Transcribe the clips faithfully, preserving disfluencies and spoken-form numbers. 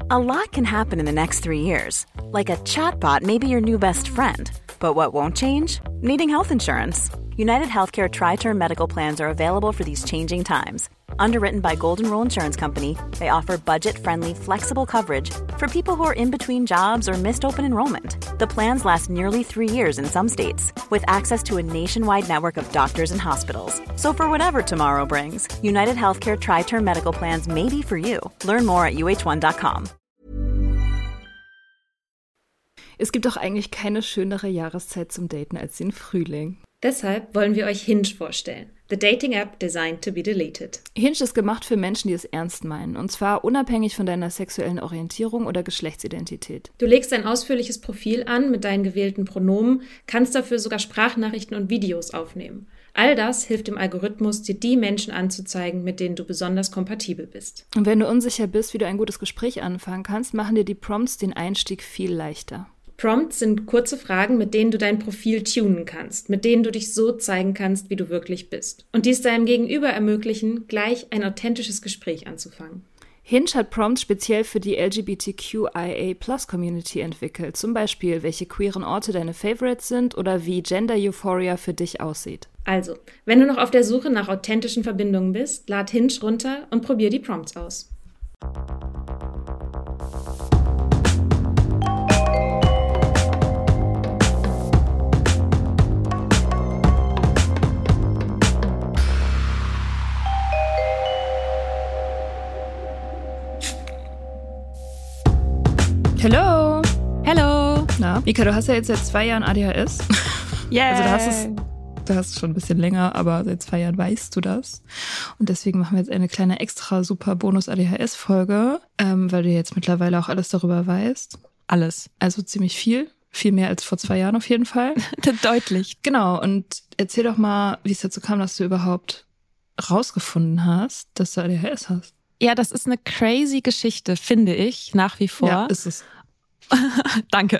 A lot can happen in the next three years. Like a chatbot may be your new best friend. But what won't change? Needing health insurance. United Healthcare Tri-Term Medical Plans are available for these changing times. Underwritten by Golden Rule Insurance Company, they offer budget-friendly, flexible coverage for people who are in between jobs or missed open enrollment. The plans last nearly three years in some states, with access to a nationwide network of doctors and hospitals. So for whatever tomorrow brings, United Healthcare Tri-Term Medical Plans may be for you. Learn more at U H one dot com. Es gibt doch eigentlich keine schönere Jahreszeit zum Daten als den Frühling. Deshalb wollen wir euch Hinge vorstellen. The dating app designed to be deleted. Hinge ist gemacht für Menschen, die es ernst meinen. Und zwar unabhängig von deiner sexuellen Orientierung oder Geschlechtsidentität. Du legst ein ausführliches Profil an mit deinen gewählten Pronomen, kannst dafür sogar Sprachnachrichten und Videos aufnehmen. All das hilft dem Algorithmus, dir die Menschen anzuzeigen, mit denen du besonders kompatibel bist. Und wenn du unsicher bist, wie du ein gutes Gespräch anfangen kannst, machen dir die Prompts den Einstieg viel leichter. Prompts sind kurze Fragen, mit denen du dein Profil tunen kannst, mit denen du dich so zeigen kannst, wie du wirklich bist. Und die es deinem Gegenüber ermöglichen, gleich ein authentisches Gespräch anzufangen. Hinge hat Prompts speziell für die L G B T Q I A Plus Community entwickelt. Zum Beispiel, welche queeren Orte deine Favorites sind oder wie Gender Euphoria für dich aussieht. Also, wenn du noch auf der Suche nach authentischen Verbindungen bist, lad Hinge runter und probier die Prompts aus. Hallo! Hallo! Na, Mika, du hast ja jetzt seit zwei Jahren A D H S. Yeah. Also du hast es, du hast es schon ein bisschen länger, aber seit zwei Jahren weißt du das. Und deswegen machen wir jetzt eine kleine extra super Bonus-A D H S-Folge, ähm, weil du jetzt mittlerweile auch alles darüber weißt. Alles. Also ziemlich viel. Viel mehr als vor zwei Jahren auf jeden Fall. Deutlich. Genau, und erzähl doch mal, wie es dazu kam, dass du überhaupt rausgefunden hast, dass du A D H S hast. Ja, das ist eine crazy Geschichte, finde ich, nach wie vor. Ja, ist es. Danke.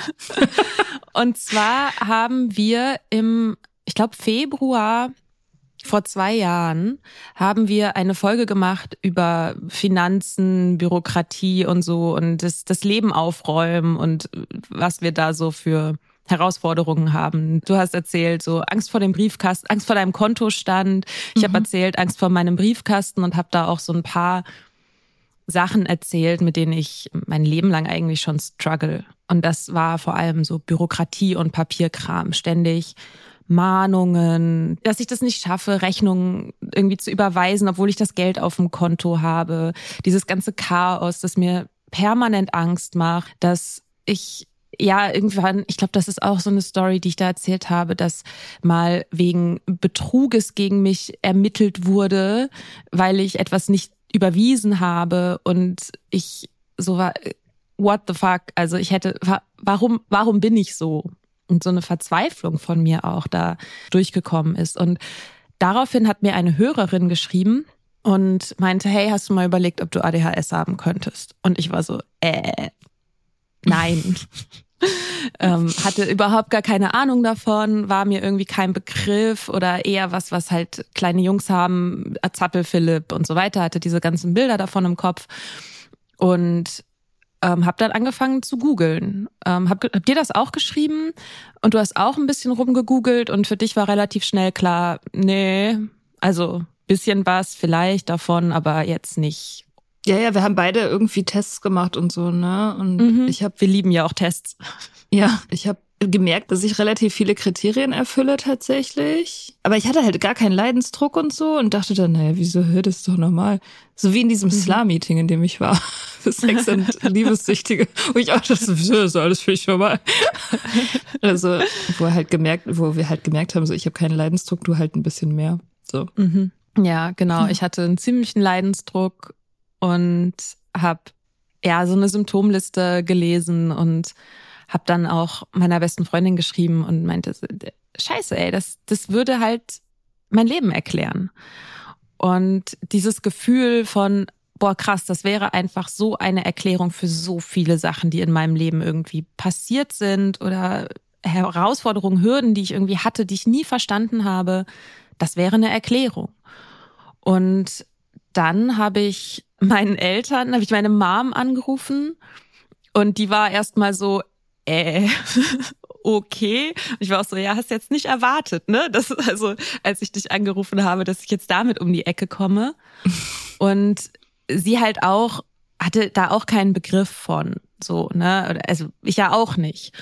Und zwar haben wir im, ich glaube, Februar vor zwei Jahren haben wir eine Folge gemacht über Finanzen, Bürokratie und so und das, das Leben aufräumen und was wir da so für Herausforderungen haben. Du hast erzählt, so Angst vor dem Briefkasten, Angst vor deinem Kontostand. Ich mhm. habe erzählt, Angst vor meinem Briefkasten und habe da auch so ein paar Sachen erzählt, mit denen ich mein Leben lang eigentlich schon struggle. Und das war vor allem so Bürokratie und Papierkram. Ständig Mahnungen, dass ich das nicht schaffe, Rechnungen irgendwie zu überweisen, obwohl ich das Geld auf dem Konto habe. Dieses ganze Chaos, das mir permanent Angst macht, dass ich ja irgendwann, ich glaube, das ist auch so eine Story, die ich da erzählt habe, dass mal wegen Betruges gegen mich ermittelt wurde, weil ich etwas nicht überwiesen habe und ich so war, what the fuck, also ich hätte, warum, warum bin ich so? Und so eine Verzweiflung von mir auch da durchgekommen ist. Und daraufhin hat mir eine Hörerin geschrieben und meinte, hey, hast du mal überlegt, ob du A D H S haben könntest? Und ich war so, äh, nein. ähm, hatte überhaupt gar keine Ahnung davon, war mir irgendwie kein Begriff oder eher was, was halt kleine Jungs haben, Zappel Philipp und so weiter, hatte diese ganzen Bilder davon im Kopf und ähm, habe dann angefangen zu googeln. Ähm, hab, hab dir das auch geschrieben und du hast auch ein bisschen rumgegoogelt und für dich war relativ schnell klar, nee, also bisschen was vielleicht davon, aber jetzt nicht. Ja, ja, wir haben beide irgendwie Tests gemacht und so, ne? Und mhm. ich habe, wir lieben ja auch Tests. Ja, ich habe gemerkt, dass ich relativ viele Kriterien erfülle tatsächlich. Aber ich hatte halt gar keinen Leidensdruck und so und dachte dann, naja, wieso, das ist doch normal. So wie in diesem mhm. Sla-Meeting, in dem ich war. Für Sex und Liebessüchtige. Wo ich auch dachte, wieso, das ist alles völlig normal. Also, wo wir halt gemerkt, wo wir halt gemerkt haben, so ich habe keinen Leidensdruck, du halt ein bisschen mehr. So. Mhm. Ja, genau. Ich hatte einen ziemlichen Leidensdruck und habe ja so eine Symptomliste gelesen und habe dann auch meiner besten Freundin geschrieben und meinte, scheiße, ey, das das würde halt mein Leben erklären. Und dieses Gefühl von, boah, krass, das wäre einfach so eine Erklärung für so viele Sachen, die in meinem Leben irgendwie passiert sind oder Herausforderungen, Hürden, die ich irgendwie hatte, die ich nie verstanden habe. Das wäre eine Erklärung. Und dann habe ich meinen Eltern, habe ich meine Mom angerufen und die war erstmal so, äh, okay. Ich war auch so, ja, hast jetzt nicht erwartet, ne? Das ist also, als ich dich angerufen habe, dass ich jetzt damit um die Ecke komme. Und sie halt auch, hatte da auch keinen Begriff von, so, ne? Also ich ja auch nicht.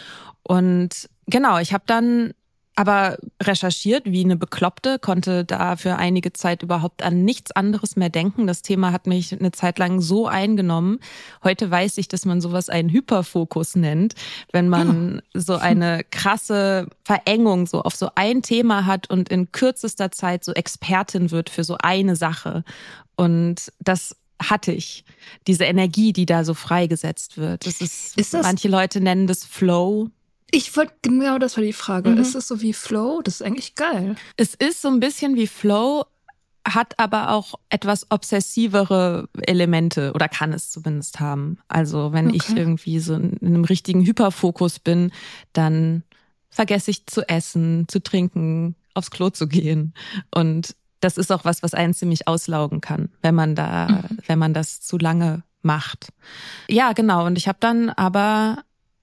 Und genau, ich habe dann aber recherchiert wie eine Bekloppte, konnte da für einige Zeit überhaupt an nichts anderes mehr denken. Das Thema hat mich eine Zeit lang so eingenommen. Heute weiß ich, dass man sowas einen Hyperfokus nennt, wenn man oh. so eine krasse Verengung so auf so ein Thema hat und in kürzester Zeit so Expertin wird für so eine Sache. Und das hatte ich, diese Energie, die da so freigesetzt wird. Das ist, ist das, manche Leute nennen das Flow. Ich wollte, genau das war die Frage. Mhm. Ist es so wie Flow? Das ist eigentlich geil. Es ist so ein bisschen wie Flow, hat aber auch etwas obsessivere Elemente oder kann es zumindest haben. Also wenn okay. ich irgendwie so in einem richtigen Hyperfokus bin, dann vergesse ich zu essen, zu trinken, aufs Klo zu gehen. Und das ist auch was, was einen ziemlich auslaugen kann, wenn man da, mhm. wenn man das zu lange macht. Ja, genau. Und ich habe dann aber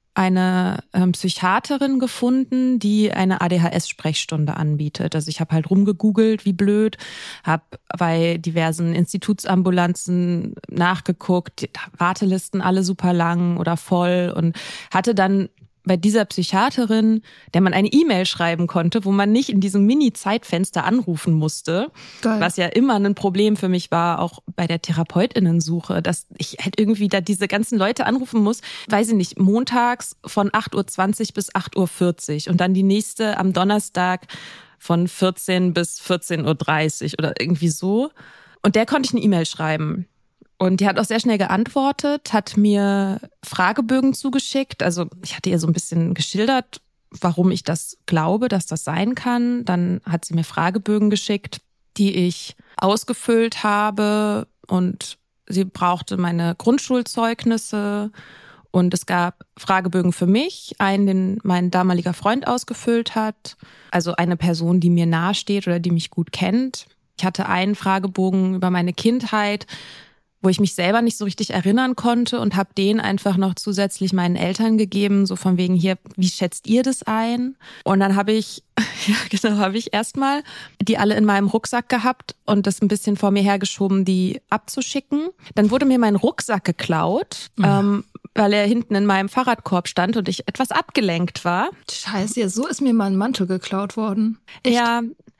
eine ähm, Psychiaterin gefunden, die eine A D H S-Sprechstunde anbietet. Also ich habe halt rumgegoogelt, wie blöd, habe bei diversen Institutsambulanzen nachgeguckt, die Wartelisten alle super lang oder voll und hatte dann bei dieser Psychiaterin, der man eine E-Mail schreiben konnte, wo man nicht in diesem Mini-Zeitfenster anrufen musste, Geil. Was ja immer ein Problem für mich war, auch bei der TherapeutInnensuche, dass ich halt irgendwie da diese ganzen Leute anrufen muss, weiß ich nicht, montags von acht Uhr zwanzig bis acht Uhr vierzig und dann die nächste am Donnerstag von vierzehn bis vierzehn Uhr dreißig oder irgendwie so. Und der konnte ich eine E-Mail schreiben. Und die hat auch sehr schnell geantwortet, hat mir Fragebögen zugeschickt. Also ich hatte ihr so ein bisschen geschildert, warum ich das glaube, dass das sein kann. Dann hat sie mir Fragebögen geschickt, die ich ausgefüllt habe. Und sie brauchte meine Grundschulzeugnisse. Und es gab Fragebögen für mich, einen, den mein damaliger Freund ausgefüllt hat. Also eine Person, die mir nahesteht oder die mich gut kennt. Ich hatte einen Fragebogen über meine Kindheit, wo ich mich selber nicht so richtig erinnern konnte und habe den einfach noch zusätzlich meinen Eltern gegeben, so von wegen hier, wie schätzt ihr das ein? Und dann habe ich, ja genau, habe ich erstmal die alle in meinem Rucksack gehabt und das ein bisschen vor mir hergeschoben, die abzuschicken. Dann wurde mir mein Rucksack geklaut, mhm. ähm, weil er hinten in meinem Fahrradkorb stand und ich etwas abgelenkt war. Scheiße, ja, so ist mir mal ein Mantel geklaut worden. Echt? Ja,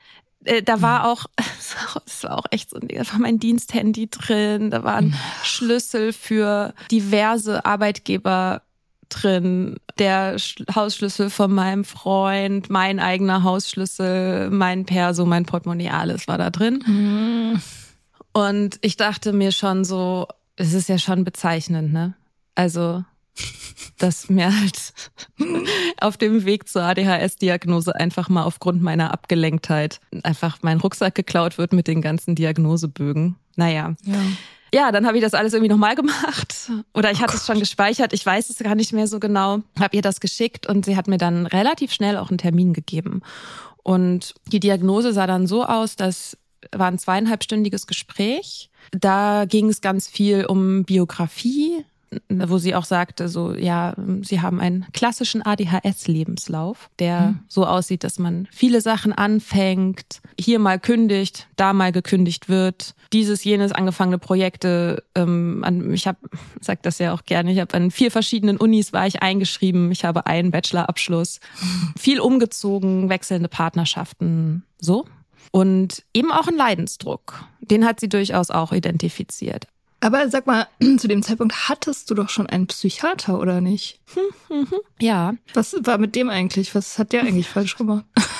da war auch, es war auch echt so, da war mein Diensthandy drin, da waren Schlüssel für diverse Arbeitgeber drin, der Hausschlüssel von meinem Freund, mein eigener Hausschlüssel, mein Perso, mein Portemonnaie, alles war da drin. Mhm. Und ich dachte mir schon so, es ist ja schon bezeichnend, ne? Also, dass mir halt auf dem Weg zur A D H S-Diagnose einfach mal aufgrund meiner Abgelenktheit einfach mein Rucksack geklaut wird mit den ganzen Diagnosebögen. Naja. Ja. Ja, dann habe ich das alles irgendwie nochmal gemacht. Oder ich hatte oh es schon gespeichert, ich weiß es gar nicht mehr so genau. Habe ihr das geschickt und sie hat mir dann relativ schnell auch einen Termin gegeben. Und die Diagnose sah dann so aus, das war ein zweieinhalbstündiges Gespräch. Da ging es ganz viel um Biografie, wo sie auch sagte, so, ja, sie haben einen klassischen A D H S-Lebenslauf, der mhm. so aussieht, dass man viele Sachen anfängt, hier mal kündigt, da mal gekündigt wird, dieses, jenes angefangene Projekte. Ähm, ich habe, sag das ja auch gerne, ich habe an vier verschiedenen Unis war ich eingeschrieben, ich habe einen Bachelorabschluss, viel umgezogen, wechselnde Partnerschaften, so. Und eben auch einen Leidensdruck, den hat sie durchaus auch identifiziert. Aber sag mal, zu dem Zeitpunkt hattest du doch schon einen Psychiater, oder nicht? Ja. Was war mit dem eigentlich? Was hat der eigentlich falsch gemacht?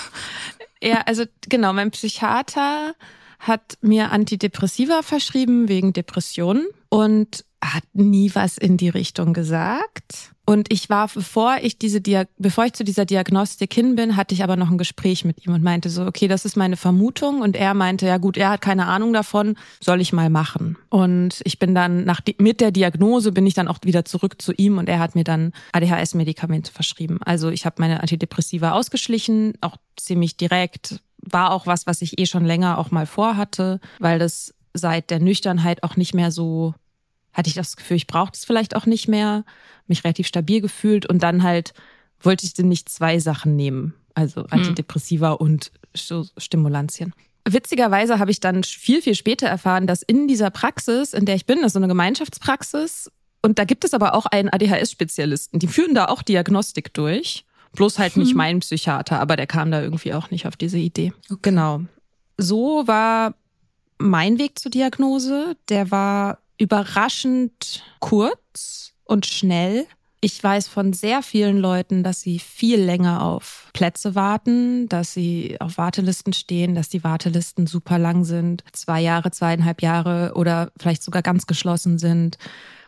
Ja, also genau, mein Psychiater hat mir Antidepressiva verschrieben wegen Depressionen und hat nie was in die Richtung gesagt. Und ich war, bevor ich diese Dia- bevor ich zu dieser Diagnostik hin bin, hatte ich aber noch ein Gespräch mit ihm und meinte so, okay, das ist meine Vermutung. Und er meinte, ja gut, er hat keine Ahnung davon, soll ich mal machen. Und ich bin dann nach die, mit der Diagnose bin ich dann auch wieder zurück zu ihm und er hat mir dann A D H S-Medikamente verschrieben. Also ich habe meine Antidepressiva ausgeschlichen, auch ziemlich direkt. War auch was, was ich eh schon länger auch mal vorhatte, weil das seit der Nüchternheit auch nicht mehr so, hatte ich das Gefühl, ich brauchte es vielleicht auch nicht mehr, mich relativ stabil gefühlt und dann halt wollte ich denn nicht zwei Sachen nehmen, also Antidepressiva hm. und Stimulantien. Witzigerweise habe ich dann viel, viel später erfahren, dass in dieser Praxis, in der ich bin, das ist so eine Gemeinschaftspraxis, und da gibt es aber auch einen A D H S-Spezialisten, die führen da auch Diagnostik durch. Bloß halt nicht mein Psychiater, aber der kam da irgendwie auch nicht auf diese Idee. Okay. Genau. So war mein Weg zur Diagnose. Der war überraschend kurz und schnell. Ich weiß von sehr vielen Leuten, dass sie viel länger auf Plätze warten, dass sie auf Wartelisten stehen, dass die Wartelisten super lang sind, zwei Jahre, zweieinhalb Jahre oder vielleicht sogar ganz geschlossen sind.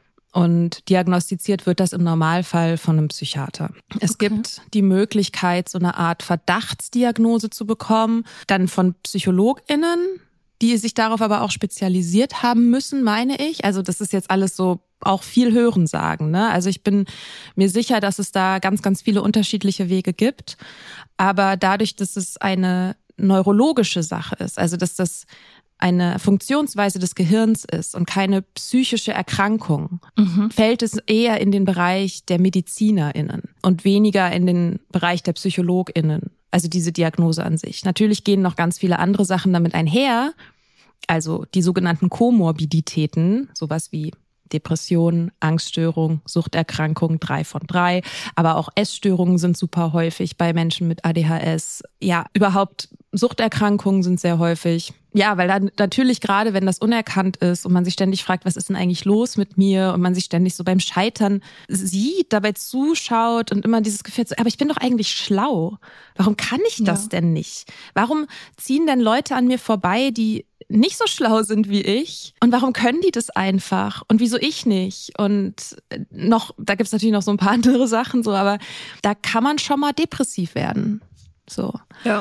Und diagnostiziert wird das im Normalfall von einem Psychiater. Es okay. gibt die Möglichkeit, so eine Art Verdachtsdiagnose zu bekommen, dann von PsychologInnen, die sich darauf aber auch spezialisiert haben müssen, meine ich. Also das ist jetzt alles so auch viel Hörensagen, ne? Also ich bin mir sicher, dass es da ganz, ganz viele unterschiedliche Wege gibt. Aber dadurch, dass es eine neurologische Sache ist, also dass das eine Funktionsweise des Gehirns ist und keine psychische Erkrankung, mhm. fällt es eher in den Bereich der MedizinerInnen und weniger in den Bereich der PsychologInnen. Also diese Diagnose an sich. Natürlich gehen noch ganz viele andere Sachen damit einher, also die sogenannten Komorbiditäten, sowas wie Depression, Angststörung, Suchterkrankung, drei von drei. Aber auch Essstörungen sind super häufig bei Menschen mit A D H S. Ja, überhaupt Suchterkrankungen sind sehr häufig. Ja, weil dann natürlich gerade, wenn das unerkannt ist und man sich ständig fragt, was ist denn eigentlich los mit mir? Und man sich ständig so beim Scheitern sieht, dabei zuschaut und immer dieses Gefühl, aber ich bin doch eigentlich schlau. Warum kann ich das ja. denn nicht? Warum ziehen denn Leute an mir vorbei, die nicht so schlau sind wie ich? Und warum können die das einfach? Und wieso ich nicht? Und noch, da gibt's natürlich noch so ein paar andere Sachen, so, aber da kann man schon mal depressiv werden. So. Ja.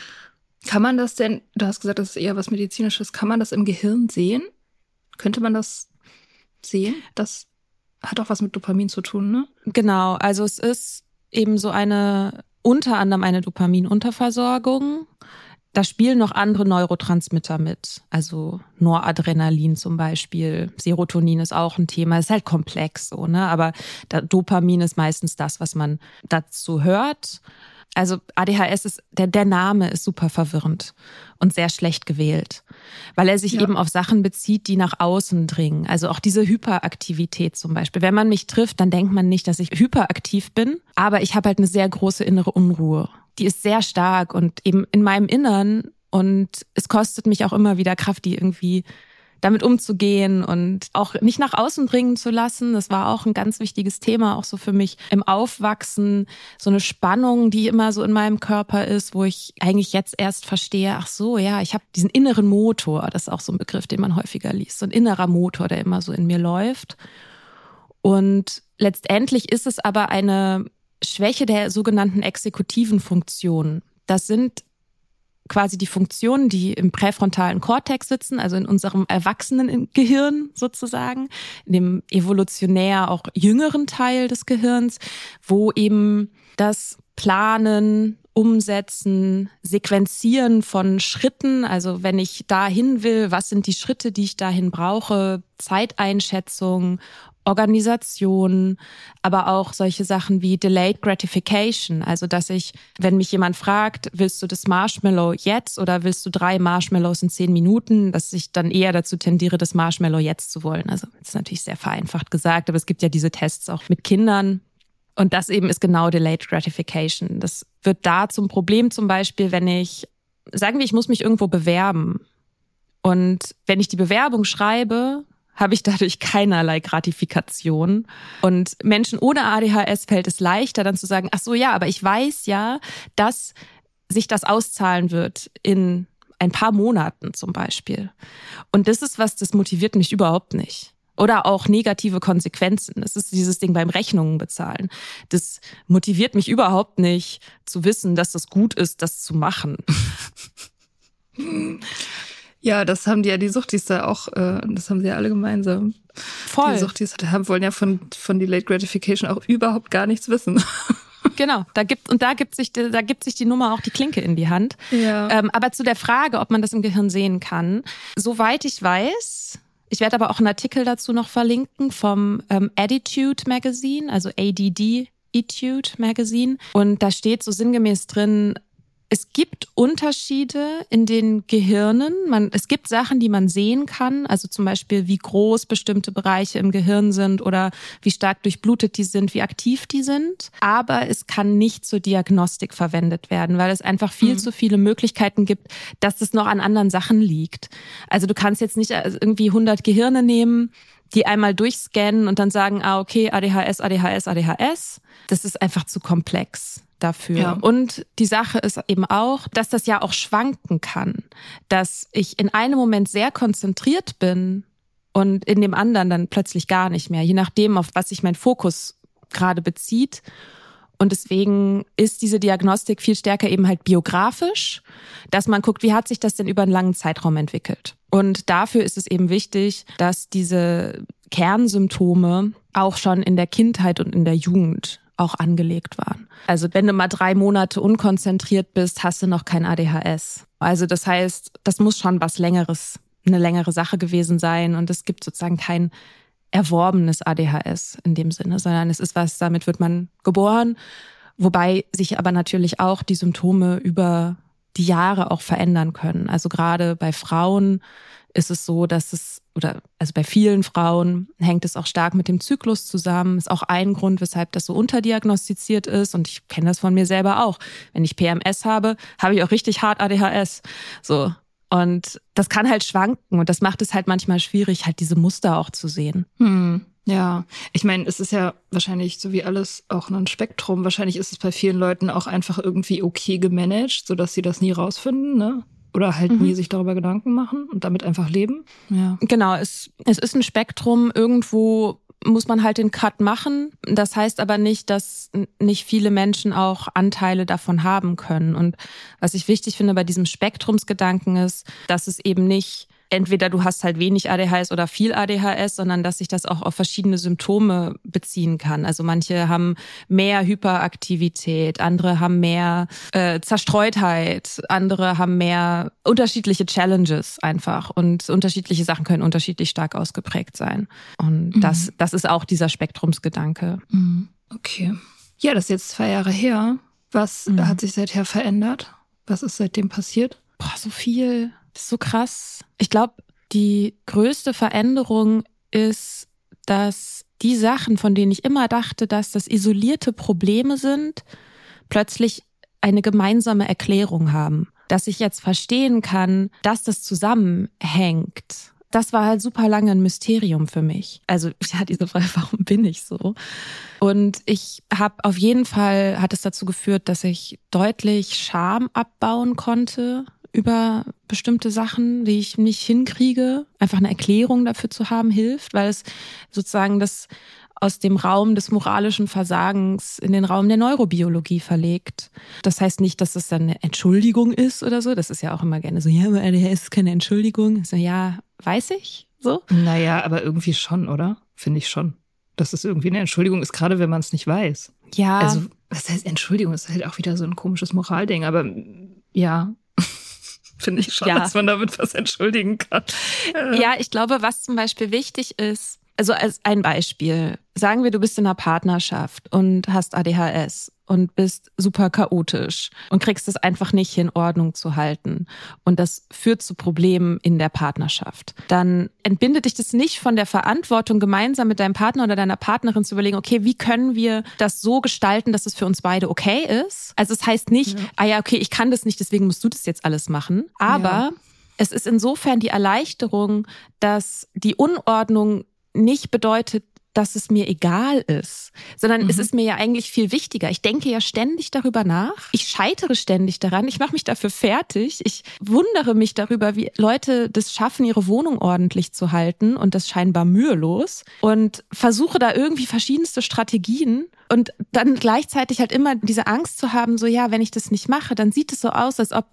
Kann man das denn, du hast gesagt, das ist eher was Medizinisches, kann man das im Gehirn sehen? Könnte man das sehen? Das hat auch was mit Dopamin zu tun, ne? Genau, also es ist eben so eine, unter anderem eine Dopaminunterversorgung. Da spielen noch andere Neurotransmitter mit, also Noradrenalin zum Beispiel, Serotonin ist auch ein Thema, ist halt komplex so, ne? Aber Dopamin ist meistens das, was man dazu hört. Also A D H S ist, der, der Name ist super verwirrend und sehr schlecht gewählt, weil er sich ja. eben auf Sachen bezieht, die nach außen dringen. Also auch diese Hyperaktivität zum Beispiel. Wenn man mich trifft, dann denkt man nicht, dass ich hyperaktiv bin, aber ich habe halt eine sehr große innere Unruhe. Die ist sehr stark und eben in meinem Innern und es kostet mich auch immer wieder Kraft, die irgendwie damit umzugehen und auch nicht nach außen dringen zu lassen. Das war auch ein ganz wichtiges Thema, auch so für mich im Aufwachsen. So eine Spannung, die immer so in meinem Körper ist, wo ich eigentlich jetzt erst verstehe, ach so, ja, ich habe diesen inneren Motor. Das ist auch so ein Begriff, den man häufiger liest. So ein innerer Motor, der immer so in mir läuft. Und letztendlich ist es aber eine Schwäche der sogenannten exekutiven Funktionen. Das sind quasi die Funktionen, die im präfrontalen Kortex sitzen, also in unserem Erwachsenengehirn sozusagen, in dem evolutionär auch jüngeren Teil des Gehirns, wo eben das Planen, Umsetzen, Sequenzieren von Schritten, also wenn ich dahin will, was sind die Schritte, die ich dahin brauche, Zeiteinschätzung, Organisation, aber auch solche Sachen wie Delayed Gratification, also dass ich, wenn mich jemand fragt, willst du das Marshmallow jetzt oder willst du drei Marshmallows in zehn Minuten, dass ich dann eher dazu tendiere, das Marshmallow jetzt zu wollen. Also das ist natürlich sehr vereinfacht gesagt, aber es gibt ja diese Tests auch mit Kindern und das eben ist genau Delayed Gratification. Das wird da zum Problem zum Beispiel, wenn ich, sagen wir, ich muss mich irgendwo bewerben und wenn ich die Bewerbung schreibe, habe ich dadurch keinerlei Gratifikation. Und Menschen ohne A D H S fällt es leichter, dann zu sagen, ach so, ja, aber ich weiß ja, dass sich das auszahlen wird in ein paar Monaten zum Beispiel. Und das ist was, das motiviert mich überhaupt nicht. Oder auch negative Konsequenzen. Das ist dieses Ding beim Rechnungen bezahlen. Das motiviert mich überhaupt nicht, zu wissen, dass das gut ist, das zu machen. Ja, das haben die ja die Suchtis da auch, äh, das haben sie ja alle gemeinsam. Voll. Die Suchtis haben, wollen ja von, von Delayed Gratification auch überhaupt gar nichts wissen. Genau, da gibt und da gibt sich da gibt sich die Nummer auch die Klinke in die Hand. Ja. Ähm, aber zu der Frage, ob man das im Gehirn sehen kann, soweit ich weiß, ich werde aber auch einen Artikel dazu noch verlinken vom ähm, Attitude Magazine, also A D D Etude Magazine, und da steht so sinngemäß drin: Es gibt Unterschiede in den Gehirnen. Man, es gibt Sachen, die man sehen kann, also zum Beispiel, wie groß bestimmte Bereiche im Gehirn sind oder wie stark durchblutet die sind, wie aktiv die sind. Aber es kann nicht zur Diagnostik verwendet werden, weil es einfach viel mhm. zu viele Möglichkeiten gibt, dass es noch an anderen Sachen liegt. Also du kannst jetzt nicht irgendwie hundert Gehirne nehmen, die einmal durchscannen und dann sagen, ah, okay, A D H S, A D H S, A D H S. Das ist einfach zu komplex dafür. Ja. Und die Sache ist eben auch, dass das ja auch schwanken kann, dass ich in einem Moment sehr konzentriert bin und in dem anderen dann plötzlich gar nicht mehr, je nachdem, auf was sich mein Fokus gerade bezieht. Und deswegen ist diese Diagnostik viel stärker eben halt biografisch, dass man guckt, wie hat sich das denn über einen langen Zeitraum entwickelt. Und dafür ist es eben wichtig, dass diese Kernsymptome auch schon in der Kindheit und in der Jugend auch angelegt waren. Also wenn du mal drei Monate unkonzentriert bist, hast du noch kein A D H S. Also das heißt, das muss schon was Längeres, eine längere Sache gewesen sein. Und es gibt sozusagen kein erworbenes A D H S in dem Sinne, sondern es ist was, damit wird man geboren. Wobei sich aber natürlich auch die Symptome über die Jahre auch verändern können. Also gerade bei Frauen ist es so, dass es, oder also bei vielen Frauen hängt es auch stark mit dem Zyklus zusammen. Ist auch ein Grund, weshalb das so unterdiagnostiziert ist. Und ich kenne das von mir selber auch. Wenn ich P M S habe, habe ich auch richtig hart A D H S. So. Und das kann halt schwanken. Und das macht es halt manchmal schwierig, halt diese Muster auch zu sehen. Hm. Ja, ich meine, es ist ja wahrscheinlich so wie alles auch ein Spektrum. Wahrscheinlich ist es bei vielen Leuten auch einfach irgendwie okay gemanagt, sodass sie das nie rausfinden, ne? Oder halt mhm. nie sich darüber Gedanken machen und damit einfach leben. Ja. Genau, es, es ist ein Spektrum. Irgendwo muss man halt den Cut machen. Das heißt aber nicht, dass nicht viele Menschen auch Anteile davon haben können. Und was ich wichtig finde bei diesem Spektrumsgedanken ist, dass es eben nicht entweder du hast halt wenig A D H S oder viel A D H S, sondern dass sich das auch auf verschiedene Symptome beziehen kann. Also manche haben mehr Hyperaktivität, andere haben mehr äh, Zerstreutheit, andere haben mehr unterschiedliche Challenges einfach. Und unterschiedliche Sachen können unterschiedlich stark ausgeprägt sein. Und mhm. das, das ist auch dieser Spektrumsgedanke. Mhm. Okay. Ja, das ist jetzt zwei Jahre her. Was mhm. hat sich seither verändert? Was ist seitdem passiert? Boah, so viel. Das ist so krass. Ich glaube, die größte Veränderung ist, dass die Sachen, von denen ich immer dachte, dass das isolierte Probleme sind, plötzlich eine gemeinsame Erklärung haben. Dass ich jetzt verstehen kann, dass das zusammenhängt. Das war halt super lange ein Mysterium für mich. Also ja, diese Frage, warum bin ich so? Und ich habe auf jeden Fall, hat es dazu geführt, dass ich deutlich Scham abbauen konnte über bestimmte Sachen, die ich nicht hinkriege. Einfach eine Erklärung dafür zu haben, hilft, weil es sozusagen das aus dem Raum des moralischen Versagens in den Raum der Neurobiologie verlegt. Das heißt nicht, dass es dann eine Entschuldigung ist oder so. Das ist ja auch immer gerne so, ja, aber A D H S ist keine Entschuldigung. So, ja, weiß ich, so. Naja, aber irgendwie schon, oder? Finde ich schon. Dass es irgendwie eine Entschuldigung ist, gerade wenn man es nicht weiß. Ja. Also, was heißt Entschuldigung? Das ist halt auch wieder so ein komisches Moralding, aber ja, finde ich schon, ja, dass man damit was entschuldigen kann. Ja, ich glaube, was zum Beispiel wichtig ist, also als ein Beispiel, sagen wir, du bist in einer Partnerschaft und hast A D H S und bist super chaotisch und kriegst es einfach nicht in Ordnung zu halten und das führt zu Problemen in der Partnerschaft. Dann entbindet dich das nicht von der Verantwortung, gemeinsam mit deinem Partner oder deiner Partnerin zu überlegen, okay, wie können wir das so gestalten, dass es für uns beide okay ist? Also es heißt nicht, ja. ah ja, okay, ich kann das nicht, deswegen musst du das jetzt alles machen. Aber ja. es ist insofern die Erleichterung, dass die Unordnung nicht bedeutet, dass es mir egal ist, sondern mhm. es ist mir ja eigentlich viel wichtiger. Ich denke ja ständig darüber nach. Ich scheitere ständig daran. Ich mache mich dafür fertig. Ich wundere mich darüber, wie Leute das schaffen, ihre Wohnung ordentlich zu halten und das scheinbar mühelos und versuche da irgendwie verschiedenste Strategien und dann gleichzeitig halt immer diese Angst zu haben, so ja, wenn ich das nicht mache, dann sieht es so aus, als ob es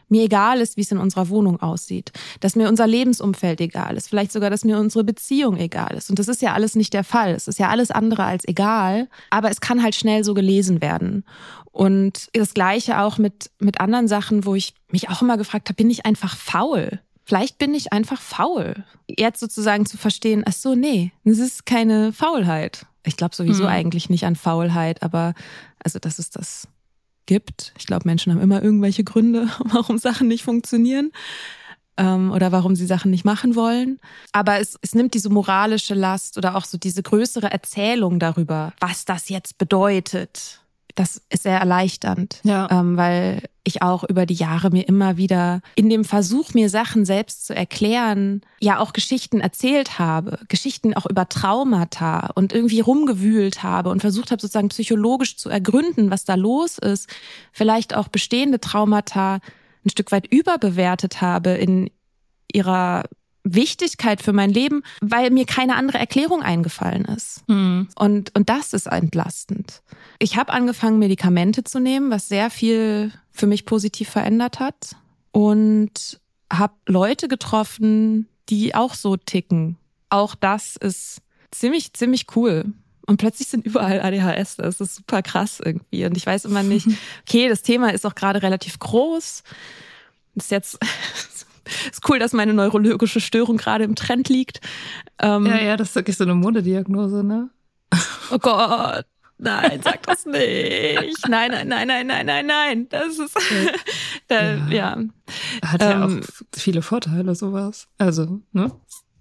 mir egal ist, wie es in unserer Wohnung aussieht, dass mir unser Lebensumfeld egal ist, vielleicht sogar, dass mir unsere Beziehung egal ist. Und das ist ja alles nicht der Fall. Es ist ja alles andere als egal, aber es kann halt schnell so gelesen werden. Und das Gleiche auch mit, mit anderen Sachen, wo ich mich auch immer gefragt habe, bin ich einfach faul? Vielleicht bin ich einfach faul. Jetzt sozusagen zu verstehen, ach so, nee, das ist keine Faulheit. Ich glaube sowieso hm. eigentlich nicht an Faulheit, aber also, dass es das gibt. Ich glaube, Menschen haben immer irgendwelche Gründe, warum Sachen nicht funktionieren ähm, oder warum sie Sachen nicht machen wollen. Aber es, es nimmt diese moralische Last oder auch so diese größere Erzählung darüber, was das jetzt bedeutet. Das ist sehr erleichternd, ja. ähm, weil ich auch über die Jahre mir immer wieder in dem Versuch, mir Sachen selbst zu erklären, ja auch Geschichten erzählt habe, Geschichten auch über Traumata und irgendwie rumgewühlt habe und versucht habe, sozusagen psychologisch zu ergründen, was da los ist, vielleicht auch bestehende Traumata ein Stück weit überbewertet habe in ihrer Wichtigkeit für mein Leben, weil mir keine andere Erklärung eingefallen ist. Mhm. Und, und das ist entlastend. Ich habe angefangen, Medikamente zu nehmen, was sehr viel für mich positiv verändert hat. Und habe Leute getroffen, die auch so ticken. Auch das ist ziemlich, ziemlich cool. Und plötzlich sind überall A D H S. Das ist super krass irgendwie. Und ich weiß immer nicht, okay, das Thema ist auch gerade relativ groß. Ist jetzt... Ist cool, dass meine neurologische Störung gerade im Trend liegt. Ähm, ja, ja, das ist wirklich so eine Modediagnose, ne? Oh Gott, nein, sag das nicht. Nein, nein, nein, nein, nein, nein, nein. Das ist, da, ja. ja. Hat ja ähm, auch viele Vorteile, sowas. Also, ne?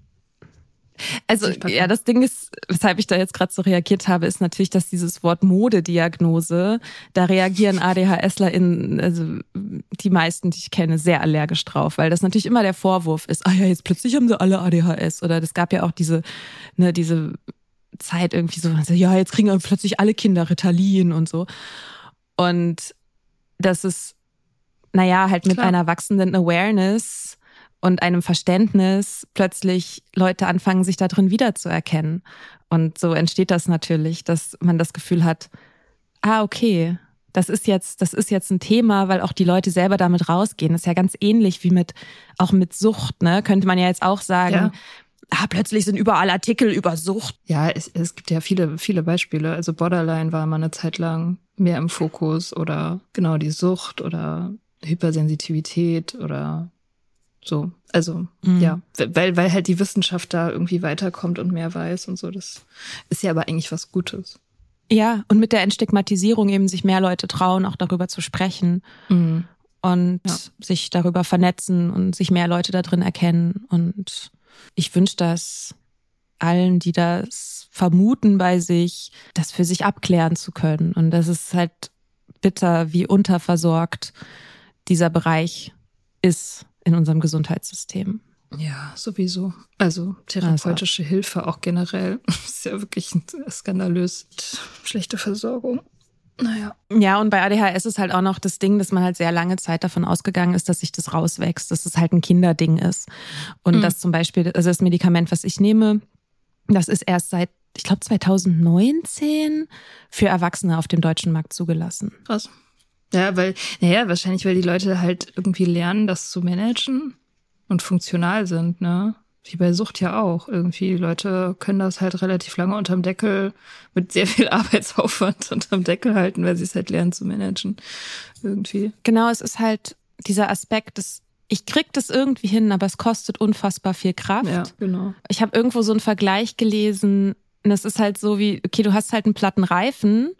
Also ja, das Ding ist, weshalb ich da jetzt gerade so reagiert habe, ist natürlich, dass dieses Wort Modediagnose, da reagieren ADHSlerInnen, also die meisten, die ich kenne, sehr allergisch drauf, weil das natürlich immer der Vorwurf ist, ah ja, jetzt plötzlich haben sie alle A D H S. Oder das gab ja auch diese, ne, diese Zeit irgendwie so, ja, jetzt kriegen plötzlich alle Kinder Ritalin und so. Und das ist, naja, halt mit Klar. einer wachsenden Awareness und einem Verständnis plötzlich Leute anfangen, sich da drin wiederzuerkennen. Und so entsteht das natürlich, dass man das Gefühl hat, ah, okay, das ist jetzt, das ist jetzt ein Thema, weil auch die Leute selber damit rausgehen. Das ist ja ganz ähnlich wie mit, auch mit Sucht, ne? Könnte man ja jetzt auch sagen, ja. ah, plötzlich sind überall Artikel über Sucht. Ja, es, es gibt ja viele, viele Beispiele. Also Borderline war mal eine Zeit lang mehr im Fokus oder genau die Sucht oder Hypersensitivität oder so, also mhm. ja, weil weil halt die Wissenschaft da irgendwie weiterkommt und mehr weiß und so. Das ist ja aber eigentlich was Gutes. Ja, und mit der Entstigmatisierung eben sich mehr Leute trauen, auch darüber zu sprechen mhm. und ja. sich darüber vernetzen und sich mehr Leute da drin erkennen. Und ich wünsche das allen, die das vermuten bei sich, das für sich abklären zu können. Und das ist halt bitter, wie unterversorgt dieser Bereich ist in unserem Gesundheitssystem. Ja, sowieso. Also therapeutische also. Hilfe auch generell ist ja wirklich skandalös. Schlechte Versorgung. Naja. Ja, und bei A D H S ist halt auch noch das Ding, dass man halt sehr lange Zeit davon ausgegangen ist, dass sich das rauswächst, dass es halt ein Kinderding ist. Und mhm. das zum Beispiel, also das Medikament, was ich nehme, das ist erst seit, ich glaube, zwanzig neunzehn für Erwachsene auf dem deutschen Markt zugelassen. Krass. Ja, weil, naja, wahrscheinlich, weil die Leute halt irgendwie lernen, das zu managen und funktional sind, ne? Wie bei Sucht ja auch. Irgendwie, die Leute können das halt relativ lange unterm Deckel mit sehr viel Arbeitsaufwand unterm Deckel halten, weil sie es halt lernen zu managen. Irgendwie. Genau, es ist halt dieser Aspekt, dass ich krieg das irgendwie hin, aber es kostet unfassbar viel Kraft. Ja, genau. Ich habe irgendwo so einen Vergleich gelesen, und es ist halt so wie, okay, du hast halt einen platten Reifen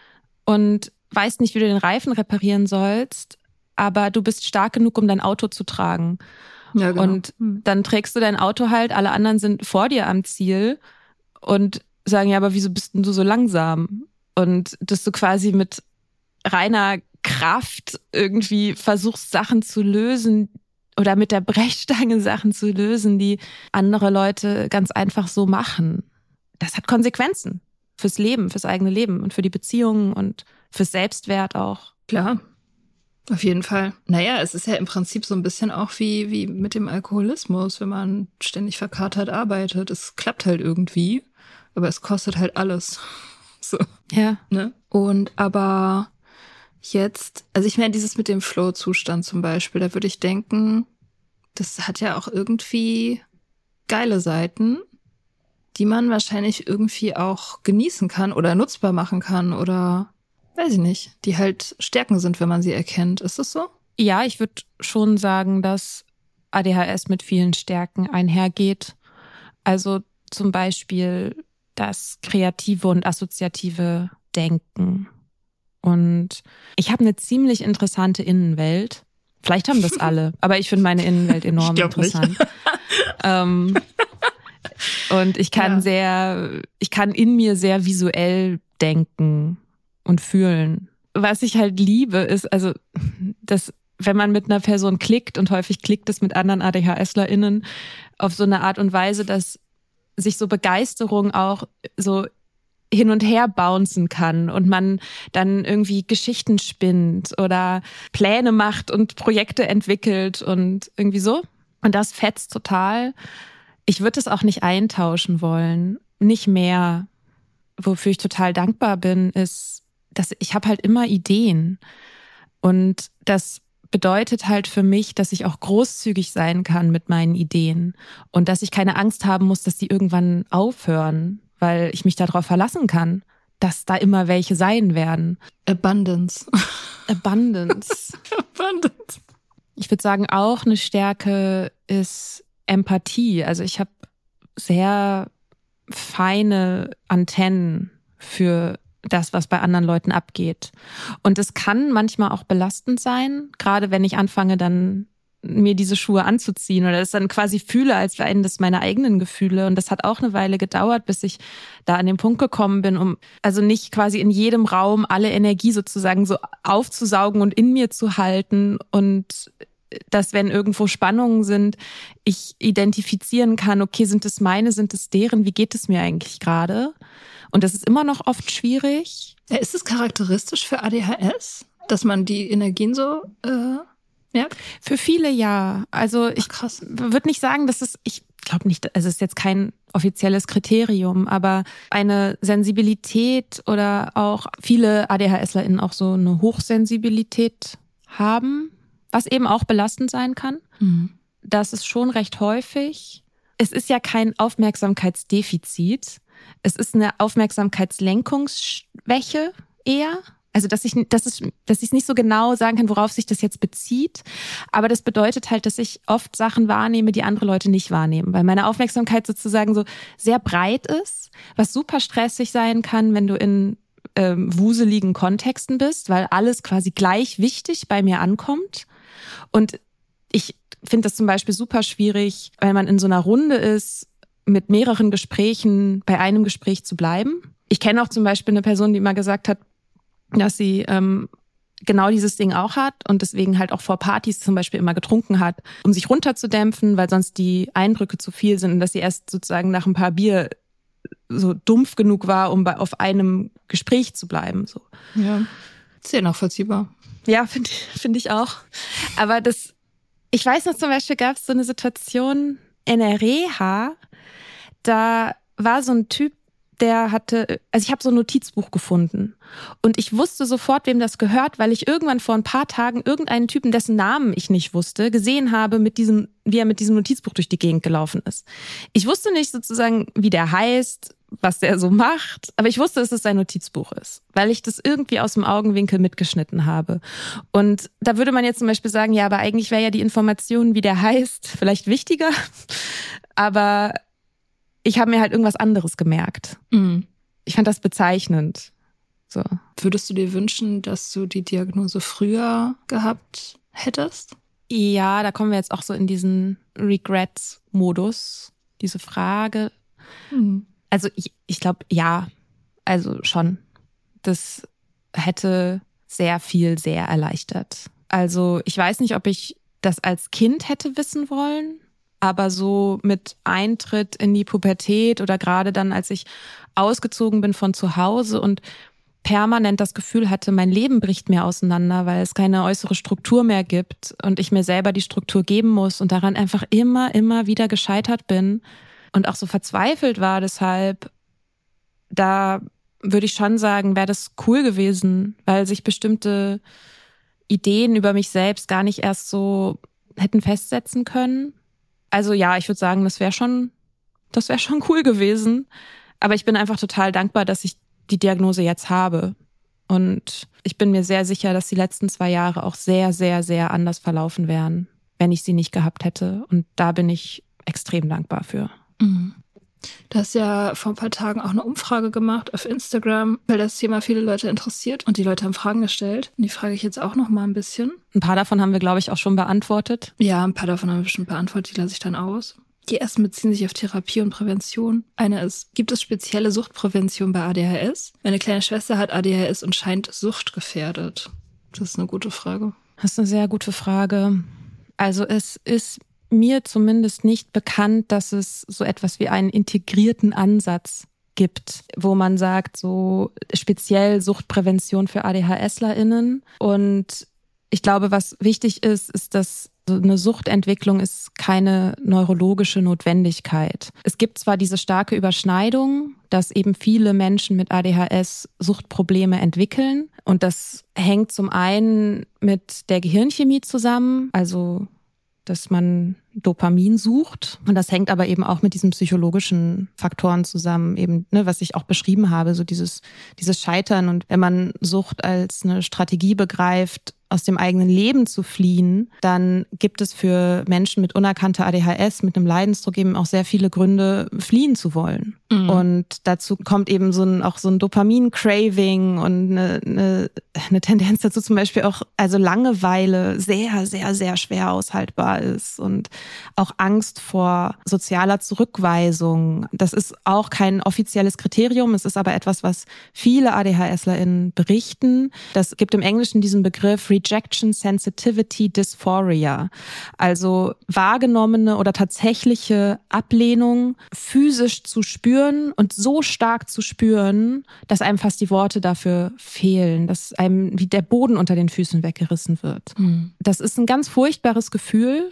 und weißt nicht, wie du den Reifen reparieren sollst, aber du bist stark genug, um dein Auto zu tragen. Ja, genau. Und dann trägst du dein Auto halt, alle anderen sind vor dir am Ziel und sagen, ja, aber wieso bist denn du so langsam? Und dass du quasi mit reiner Kraft irgendwie versuchst, Sachen zu lösen oder mit der Brechstange Sachen zu lösen, die andere Leute ganz einfach so machen. Das hat Konsequenzen fürs Leben, fürs eigene Leben und für die Beziehungen und fürs Selbstwert auch. Klar, auf jeden Fall. Naja, es ist ja im Prinzip so ein bisschen auch wie, wie mit dem Alkoholismus, wenn man ständig verkatert arbeitet. Es klappt halt irgendwie, aber es kostet halt alles. So. Ja. Ne? Und aber jetzt, also ich meine, dieses mit dem Flow-Zustand zum Beispiel, da würde ich denken, das hat ja auch irgendwie geile Seiten, die man wahrscheinlich irgendwie auch genießen kann oder nutzbar machen kann oder weiß ich nicht, die halt Stärken sind, wenn man sie erkennt. Ist das so? Ja, ich würde schon sagen, dass A D H S mit vielen Stärken einhergeht. Also zum Beispiel das kreative und assoziative Denken. Und ich habe eine ziemlich interessante Innenwelt. Vielleicht haben das alle, aber ich finde meine Innenwelt enorm ich interessant. ähm, und ich kann ja. sehr, ich kann in mir sehr visuell denken und fühlen. Was ich halt liebe, ist, also, dass, wenn man mit einer Person klickt, und häufig klickt es mit anderen ADHSlerInnen auf so eine Art und Weise, dass sich so Begeisterung auch so hin und her bouncen kann und man dann irgendwie Geschichten spinnt oder Pläne macht und Projekte entwickelt und irgendwie so. Und das fetzt total. Ich würde es auch nicht eintauschen wollen. Nicht mehr. Wofür ich total dankbar bin, ist, dass ich habe halt immer Ideen. Und das bedeutet halt für mich, dass ich auch großzügig sein kann mit meinen Ideen und dass ich keine Angst haben muss, dass die irgendwann aufhören, weil ich mich darauf verlassen kann, dass da immer welche sein werden. Abundance. Abundance. Abundance. Ich würde sagen, auch eine Stärke ist Empathie. Also ich habe sehr feine Antennen für das, was bei anderen Leuten abgeht. Und es kann manchmal auch belastend sein, gerade wenn ich anfange, dann mir diese Schuhe anzuziehen oder das dann quasi fühle, als wären das meine eigenen Gefühle. Und das hat auch eine Weile gedauert, bis ich da an den Punkt gekommen bin, um also nicht quasi in jedem Raum alle Energie sozusagen so aufzusaugen und in mir zu halten und dass, wenn irgendwo Spannungen sind, ich identifizieren kann, okay, sind es meine, sind es deren, wie geht es mir eigentlich gerade? Und das ist immer noch oft schwierig. Ja, ist es charakteristisch für A D H S, dass man die Energien so äh, merkt? Für viele ja. Also ich würde nicht sagen, dass es, ich glaube nicht, also es ist jetzt kein offizielles Kriterium, aber eine Sensibilität oder auch viele ADHSlerInnen auch so eine Hochsensibilität haben, was eben auch belastend sein kann. Mhm. Das ist schon recht häufig. Es ist ja kein Aufmerksamkeitsdefizit. Es ist eine Aufmerksamkeitslenkungsschwäche eher. Also, dass ich, dass es, dass ich nicht so genau sagen kann, worauf sich das jetzt bezieht. Aber das bedeutet halt, dass ich oft Sachen wahrnehme, die andere Leute nicht wahrnehmen. Weil meine Aufmerksamkeit sozusagen so sehr breit ist, was super stressig sein kann, wenn du in ähm, wuseligen Kontexten bist, weil alles quasi gleich wichtig bei mir ankommt. Und ich finde das zum Beispiel super schwierig, wenn man in so einer Runde ist, mit mehreren Gesprächen bei einem Gespräch zu bleiben. Ich kenne auch zum Beispiel eine Person, die mal gesagt hat, dass sie ähm, genau dieses Ding auch hat und deswegen halt auch vor Partys zum Beispiel immer getrunken hat, um sich runterzudämpfen, weil sonst die Eindrücke zu viel sind und dass sie erst sozusagen nach ein paar Bier so dumpf genug war, um bei, auf einem Gespräch zu bleiben. So. Ja, sehr nachvollziehbar. Ja, finde find ich auch. Aber das, ich weiß noch, zum Beispiel gab es so eine Situation in der Reha, da war so ein Typ, der hatte, also ich habe so ein Notizbuch gefunden und ich wusste sofort, wem das gehört, weil ich irgendwann vor ein paar Tagen irgendeinen Typen, dessen Namen ich nicht wusste, gesehen habe, mit diesem, wie er mit diesem Notizbuch durch die Gegend gelaufen ist. Ich wusste nicht sozusagen, wie der heißt, was der so macht, aber ich wusste, dass es sein Notizbuch ist, weil ich das irgendwie aus dem Augenwinkel mitgeschnitten habe. Und da würde man jetzt zum Beispiel sagen, ja, aber eigentlich wäre ja die Information, wie der heißt, vielleicht wichtiger, aber ich habe mir halt irgendwas anderes gemerkt. Mhm. Ich fand das bezeichnend. So. Würdest du dir wünschen, dass du die Diagnose früher gehabt hättest? Ja, da kommen wir jetzt auch so in diesen Regrets-Modus, diese Frage. Mhm. Also ich, ich glaube, ja, also schon. Das hätte sehr viel, sehr erleichtert. Also ich weiß nicht, ob ich das als Kind hätte wissen wollen, aber so mit Eintritt in die Pubertät oder gerade dann, als ich ausgezogen bin von zu Hause und permanent das Gefühl hatte, mein Leben bricht mir auseinander, weil es keine äußere Struktur mehr gibt und ich mir selber die Struktur geben muss und daran einfach immer, immer wieder gescheitert bin und auch so verzweifelt war deshalb, da würde ich schon sagen, wäre das cool gewesen, weil sich bestimmte Ideen über mich selbst gar nicht erst so hätten festsetzen können. Also ja, ich würde sagen, das wäre schon, das wäre schon cool gewesen. Aber ich bin einfach total dankbar, dass ich die Diagnose jetzt habe. Und ich bin mir sehr sicher, dass die letzten zwei Jahre auch sehr, sehr, sehr anders verlaufen wären, wenn ich sie nicht gehabt hätte. Und da bin ich extrem dankbar für. Mhm. Du hast ja vor ein paar Tagen auch eine Umfrage gemacht auf Instagram, weil das Thema viele Leute interessiert und die Leute haben Fragen gestellt. Und die frage ich jetzt auch noch mal ein bisschen. Ein paar davon haben wir, glaube ich, auch schon beantwortet. Ja, ein paar davon haben wir schon beantwortet, die lasse ich dann aus. Die ersten beziehen sich auf Therapie und Prävention. Eine ist, gibt es spezielle Suchtprävention bei A D H S? Meine kleine Schwester hat A D H S und scheint suchtgefährdet. Das ist eine gute Frage. Das ist eine sehr gute Frage. Also es ist mir zumindest nicht bekannt, dass es so etwas wie einen integrierten Ansatz gibt, wo man sagt, so speziell Suchtprävention für ADHSlerInnen. Und ich glaube, was wichtig ist, ist, dass so eine Suchtentwicklung ist keine neurologische Notwendigkeit. Es gibt zwar diese starke Überschneidung, dass eben viele Menschen mit A D H S Suchtprobleme entwickeln. Und das hängt zum einen mit der Gehirnchemie zusammen, also dass man Dopamin sucht. Und das hängt aber eben auch mit diesen psychologischen Faktoren zusammen, eben, ne, was ich auch beschrieben habe, so dieses, dieses Scheitern. Und wenn man Sucht als eine Strategie begreift, aus dem eigenen Leben zu fliehen, dann gibt es für Menschen mit unerkannter A D H S, mit einem Leidensdruck eben auch sehr viele Gründe, fliehen zu wollen. Mhm. Und dazu kommt eben so ein, auch so ein Dopamin-Craving und eine, eine, eine Tendenz dazu zum Beispiel auch, also Langeweile sehr, sehr, sehr schwer aushaltbar ist und auch Angst vor sozialer Zurückweisung. Das ist auch kein offizielles Kriterium, es ist aber etwas, was viele ADHSlerInnen berichten. Das gibt im Englischen diesen Begriff Rejection Sensitivity Dysphoria, also wahrgenommene oder tatsächliche Ablehnung physisch zu spüren und so stark zu spüren, dass einem fast die Worte dafür fehlen, dass einem wie der Boden unter den Füßen weggerissen wird. Mhm. Das ist ein ganz furchtbares Gefühl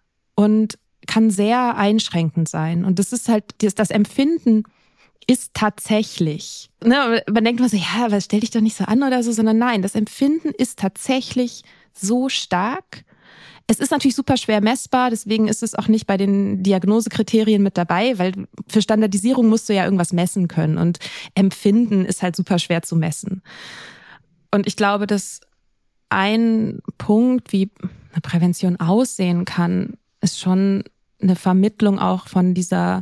und kann sehr einschränkend sein. Und das ist halt, das, das Empfinden ist tatsächlich, ne, man denkt immer so, ja, aber stell dich doch nicht so an oder so, sondern nein, das Empfinden ist tatsächlich so stark. Es ist natürlich super schwer messbar, deswegen ist es auch nicht bei den Diagnosekriterien mit dabei, weil für Standardisierung musst du ja irgendwas messen können und Empfinden ist halt super schwer zu messen. Und ich glaube, dass ein Punkt, wie eine Prävention aussehen kann, ist schon eine Vermittlung auch von dieser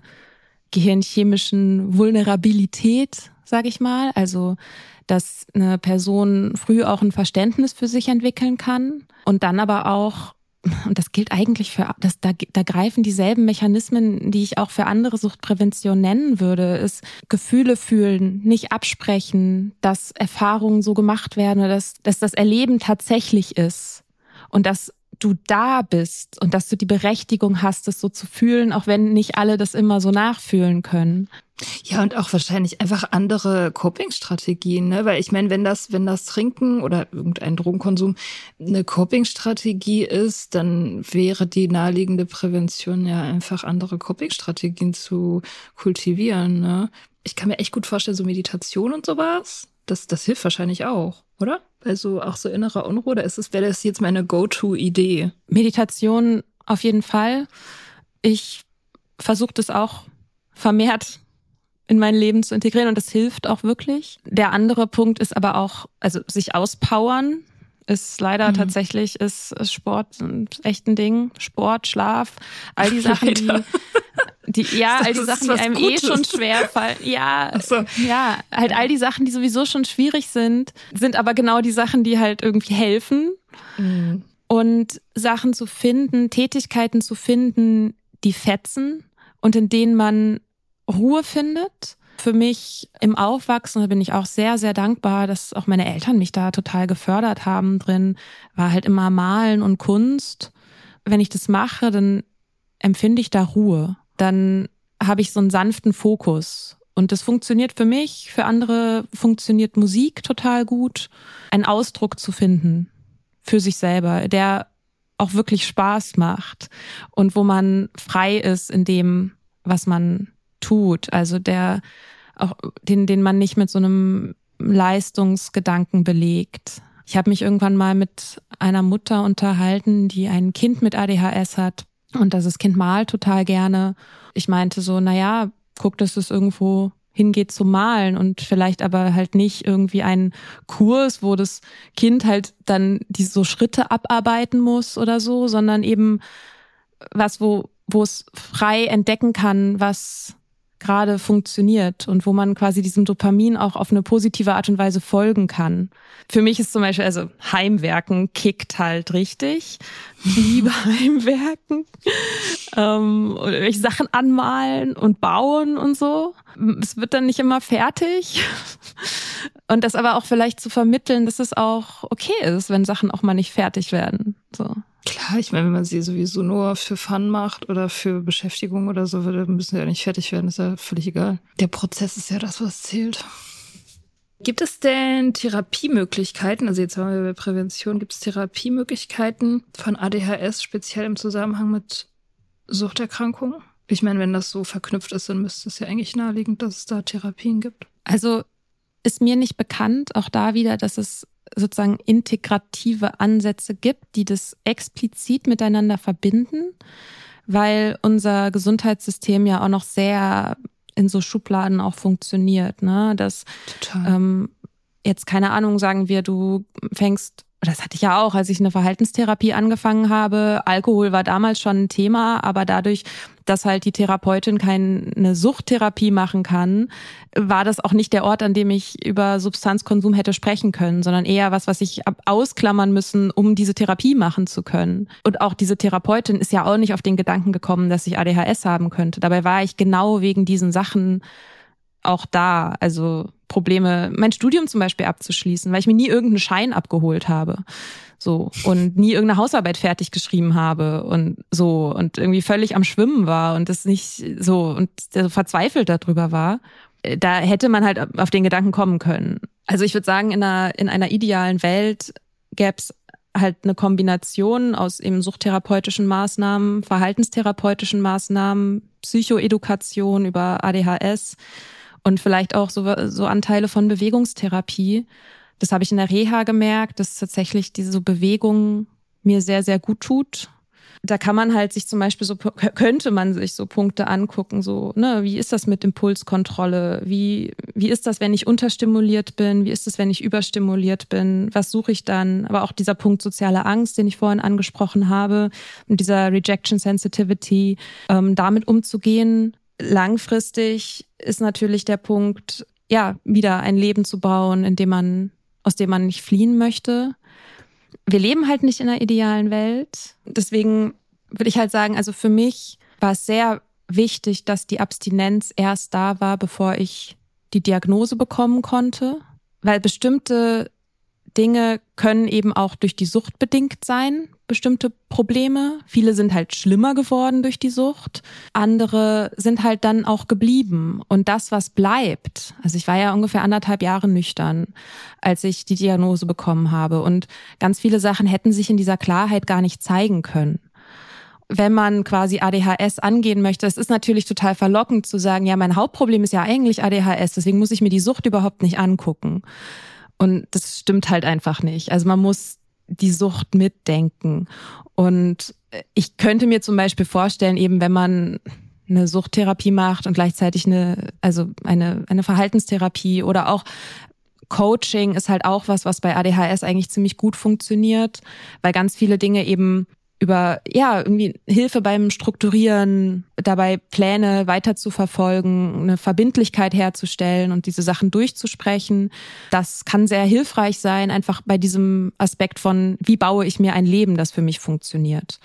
gehirnchemischen Vulnerabilität, sage ich mal. Also, dass eine Person früh auch ein Verständnis für sich entwickeln kann und dann aber auch, und das gilt eigentlich für, das, da, da greifen dieselben Mechanismen, die ich auch für andere Suchtprävention nennen würde, ist Gefühle fühlen, nicht absprechen, dass Erfahrungen so gemacht werden, dass, dass das Erleben tatsächlich ist und dass du da bist und dass du die Berechtigung hast, das so zu fühlen, auch wenn nicht alle das immer so nachfühlen können. Ja, und auch wahrscheinlich einfach andere Coping-Strategien, ne? Weil ich meine, wenn das, wenn das Trinken oder irgendein Drogenkonsum eine Coping-Strategie ist, dann wäre die naheliegende Prävention ja einfach andere Coping-Strategien zu kultivieren, ne? Ich kann mir echt gut vorstellen, so Meditation und sowas, das, das hilft wahrscheinlich auch, oder? Also auch so innerer Unruhe, da ist es, wäre das jetzt meine Go-To-Idee. Meditation auf jeden Fall. Ich versuche das auch vermehrt in mein Leben zu integrieren und das hilft auch wirklich. Der andere Punkt ist aber auch, also sich auspowern ist leider mhm. tatsächlich, ist, ist Sport echt ein Ding. Sport, Schlaf, all die Sachen, die, die, ja, all die Sachen, die einem Gutes. eh schon schwer fallen. Ja, so. ja, halt all die Sachen, die sowieso schon schwierig sind, sind aber genau die Sachen, die halt irgendwie helfen. Mhm. Und Sachen zu finden, Tätigkeiten zu finden, die fetzen und in denen man Ruhe findet. Für mich im Aufwachsen, da bin ich auch sehr, sehr dankbar, dass auch meine Eltern mich da total gefördert haben drin, war halt immer Malen und Kunst. Wenn ich das mache, dann empfinde ich da Ruhe. Dann habe ich so einen sanften Fokus. Und das funktioniert für mich, für andere funktioniert Musik total gut. Einen Ausdruck zu finden für sich selber, der auch wirklich Spaß macht und wo man frei ist in dem, was man tut. Also der auch den, den man nicht mit so einem Leistungsgedanken belegt. Ich habe mich irgendwann mal mit einer Mutter unterhalten, die ein Kind mit A D H S hat und das Kind malt total gerne. Ich meinte so, naja, guck, dass es irgendwo hingeht zum Malen und vielleicht aber halt nicht irgendwie einen Kurs, wo das Kind halt dann diese so Schritte abarbeiten muss oder so, sondern eben was, wo, wo es frei entdecken kann, was gerade funktioniert und wo man quasi diesem Dopamin auch auf eine positive Art und Weise folgen kann. Für mich ist zum Beispiel, also Heimwerken kickt halt richtig. Ich liebe Heimwerken. ähm, oder welche Sachen anmalen und bauen und so. Es wird dann nicht immer fertig. Und das aber auch vielleicht zu vermitteln, dass es auch okay ist, wenn Sachen auch mal nicht fertig werden. So. Klar, ich meine, wenn man sie sowieso nur für Fun macht oder für Beschäftigung oder so, dann müssen sie ja nicht fertig werden, ist ja völlig egal. Der Prozess ist ja das, was zählt. Gibt es denn Therapiemöglichkeiten, also jetzt waren wir bei Prävention, gibt es Therapiemöglichkeiten von A D H S speziell im Zusammenhang mit Suchterkrankungen? Ich meine, wenn das so verknüpft ist, dann müsste es ja eigentlich naheliegend, dass es da Therapien gibt. Also ist mir nicht bekannt, auch da wieder, dass es sozusagen integrative Ansätze gibt, die das explizit miteinander verbinden, weil unser Gesundheitssystem ja auch noch sehr in so Schubladen auch funktioniert, ne? Dass ähm, jetzt, keine Ahnung, sagen wir, du fängst, das hatte ich ja auch, als ich eine Verhaltenstherapie angefangen habe, Alkohol war damals schon ein Thema, aber dadurch, dass halt die Therapeutin keine Suchttherapie machen kann, war das auch nicht der Ort, an dem ich über Substanzkonsum hätte sprechen können, sondern eher was, was ich ausklammern müssen, um diese Therapie machen zu können. Und auch diese Therapeutin ist ja auch nicht auf den Gedanken gekommen, dass ich A D H S haben könnte. Dabei war ich genau wegen diesen Sachen auch da, also Probleme, mein Studium zum Beispiel abzuschließen, weil ich mir nie irgendeinen Schein abgeholt habe, so, und nie irgendeine Hausarbeit fertig geschrieben habe und so und irgendwie völlig am Schwimmen war und das nicht so und so verzweifelt darüber war. Da hätte man halt auf den Gedanken kommen können. Also ich würde sagen, in einer, in einer idealen Welt gäbe es halt eine Kombination aus eben suchttherapeutischen Maßnahmen, verhaltenstherapeutischen Maßnahmen, Psychoedukation über A D H S und vielleicht auch so, so Anteile von Bewegungstherapie. Das habe ich in der Reha gemerkt, dass tatsächlich diese so Bewegung mir sehr, sehr gut tut. Da kann man halt sich zum Beispiel so, könnte man sich so Punkte angucken, so, ne, wie ist das mit Impulskontrolle? Wie, wie ist das, wenn ich unterstimuliert bin? Wie ist das, wenn ich überstimuliert bin? Was suche ich dann? Aber auch dieser Punkt soziale Angst, den ich vorhin angesprochen habe, und dieser Rejection Sensitivity, ähm, damit umzugehen. Langfristig ist natürlich der Punkt, ja, wieder ein Leben zu bauen, in dem man, aus dem man nicht fliehen möchte. Wir leben halt nicht in einer idealen Welt. Deswegen würde ich halt sagen, also für mich war es sehr wichtig, dass die Abstinenz erst da war, bevor ich die Diagnose bekommen konnte. Weil bestimmte Dinge können eben auch durch die Sucht bedingt sein, bestimmte Probleme. Viele sind halt schlimmer geworden durch die Sucht. Andere sind halt dann auch geblieben. Und das, was bleibt, also ich war ja ungefähr anderthalb Jahre nüchtern, als ich die Diagnose bekommen habe. Und ganz viele Sachen hätten sich in dieser Klarheit gar nicht zeigen können. Wenn man quasi A D H S angehen möchte, es ist natürlich total verlockend zu sagen, ja, mein Hauptproblem ist ja eigentlich A D H S, deswegen muss ich mir die Sucht überhaupt nicht angucken. Und das stimmt halt einfach nicht. Also man muss die Sucht mitdenken. Und ich könnte mir zum Beispiel vorstellen, eben wenn man eine Suchttherapie macht und gleichzeitig eine, also eine, eine Verhaltenstherapie oder auch Coaching ist halt auch was, was bei A D H S eigentlich ziemlich gut funktioniert, weil ganz viele Dinge eben über, ja, irgendwie Hilfe beim Strukturieren, dabei Pläne weiter zu verfolgen, eine Verbindlichkeit herzustellen und diese Sachen durchzusprechen. Das kann sehr hilfreich sein, einfach bei diesem Aspekt von, wie baue ich mir ein Leben, das für mich funktioniert.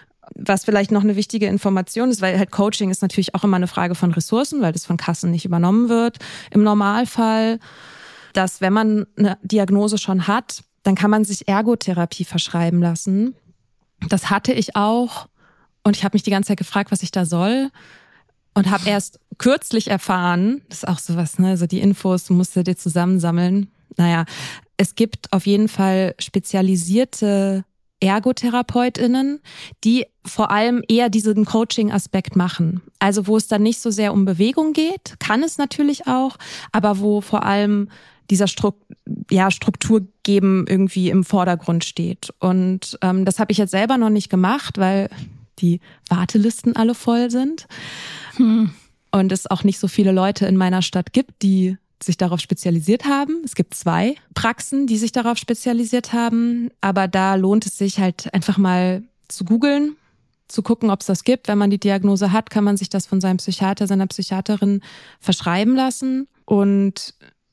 Was vielleicht noch eine wichtige Information ist, weil halt Coaching ist natürlich auch immer eine Frage von Ressourcen, weil das von Kassen nicht übernommen wird. Im Normalfall, dass wenn man eine Diagnose schon hat, dann kann man sich Ergotherapie verschreiben lassen. Das hatte ich auch und ich habe mich die ganze Zeit gefragt, was ich da soll und habe erst kürzlich erfahren, das ist auch sowas, ne, so die Infos musst du dir zusammensammeln. Naja, es gibt auf jeden Fall spezialisierte ErgotherapeutInnen, die vor allem eher diesen Coaching-Aspekt machen. Also wo es dann nicht so sehr um Bewegung geht, kann es natürlich auch, aber wo vor allem dieser Stru- ja, Struktur geben irgendwie im Vordergrund steht. Und ähm, das habe ich jetzt selber noch nicht gemacht, weil die Wartelisten alle voll sind. Hm. Und es auch nicht so viele Leute in meiner Stadt gibt, die sich darauf spezialisiert haben. Es gibt zwei Praxen, die sich darauf spezialisiert haben. Aber da lohnt es sich halt einfach mal zu googeln, zu gucken, ob es das gibt. Wenn man die Diagnose hat, kann man sich das von seinem Psychiater, seiner Psychiaterin verschreiben lassen. Und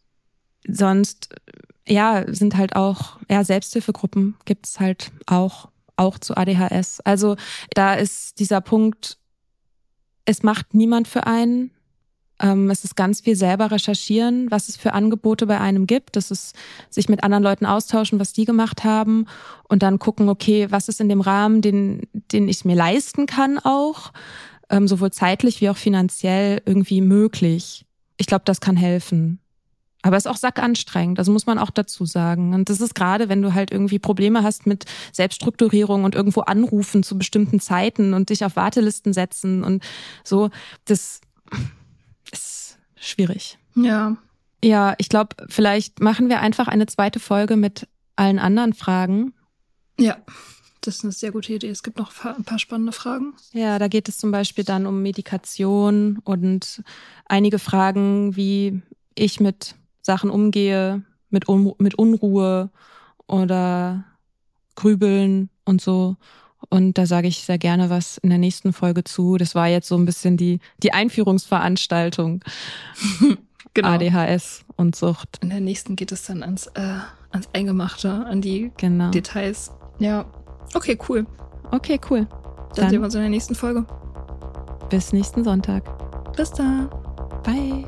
sonst, ja, sind halt auch, ja, Selbsthilfegruppen gibt's halt auch, auch zu A D H S. Also da ist dieser Punkt, es macht niemand für einen. Ähm, es ist ganz viel selber recherchieren, was es für Angebote bei einem gibt. Das ist sich mit anderen Leuten austauschen, was die gemacht haben und dann gucken, okay, was ist in dem Rahmen, den, den ich mir leisten kann auch, ähm, sowohl zeitlich wie auch finanziell irgendwie möglich. Ich glaube, das kann helfen. Aber es ist auch sackanstrengend, also muss man auch dazu sagen. Und das ist gerade, wenn du halt irgendwie Probleme hast mit Selbststrukturierung und irgendwo anrufen zu bestimmten Zeiten und dich auf Wartelisten setzen und so, das ist schwierig. Ja. Ja, ich glaube, vielleicht machen wir einfach eine zweite Folge mit allen anderen Fragen. Ja, das ist eine sehr gute Idee. Es gibt noch ein paar spannende Fragen. Ja, da geht es zum Beispiel dann um Medikation und einige Fragen, wie ich mit Sachen umgehe, mit, Un- mit Unruhe oder Grübeln und so. Und da sage ich sehr gerne was in der nächsten Folge zu. Das war jetzt so ein bisschen die, die Einführungsveranstaltung. Genau. A D H S und Sucht. In der nächsten geht es dann ans, äh, ans Eingemachte, an die genau. Details. Ja, okay, cool. Okay, cool. Dann, dann sehen wir uns in der nächsten Folge. Bis nächsten Sonntag. Bis dann. Bye.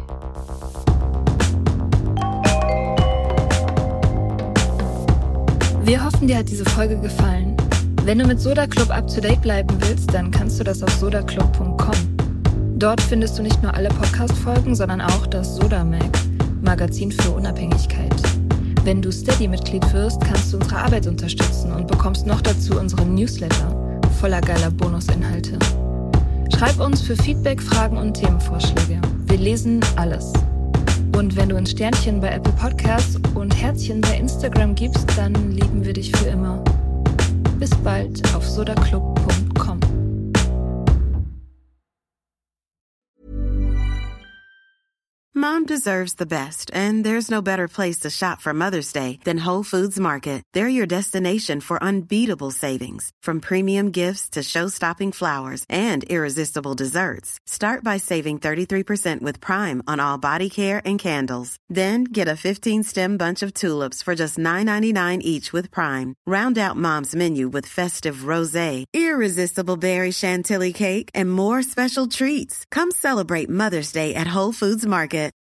Wir hoffen, dir hat diese Folge gefallen. Wenn du mit Soda Club up to date bleiben willst, dann kannst du das auf soda club punkt com. Dort findest du nicht nur alle Podcast-Folgen, sondern auch das Soda Mag, Magazin für Unabhängigkeit. Wenn du Steady-Mitglied wirst, kannst du unsere Arbeit unterstützen und bekommst noch dazu unseren Newsletter voller geiler Bonusinhalte. Schreib uns für Feedback, Fragen und Themenvorschläge. Wir lesen alles. Und wenn du ein Sternchen bei Apple Podcasts und Herzchen bei Instagram gibst, dann lieben wir dich für immer. Bis bald auf soda club punkt com. Mom deserves the best, and there's no better place to shop for Mother's Day than Whole Foods Market. They're your destination for unbeatable savings, from premium gifts to show-stopping flowers and irresistible desserts. Start by saving thirty-three percent with Prime on all body care and candles. Then get a fifteen-stem bunch of tulips for just nine ninety-nine each with Prime. Round out Mom's menu with festive rosé, irresistible berry chantilly cake, and more special treats. Come celebrate Mother's Day at Whole Foods Market.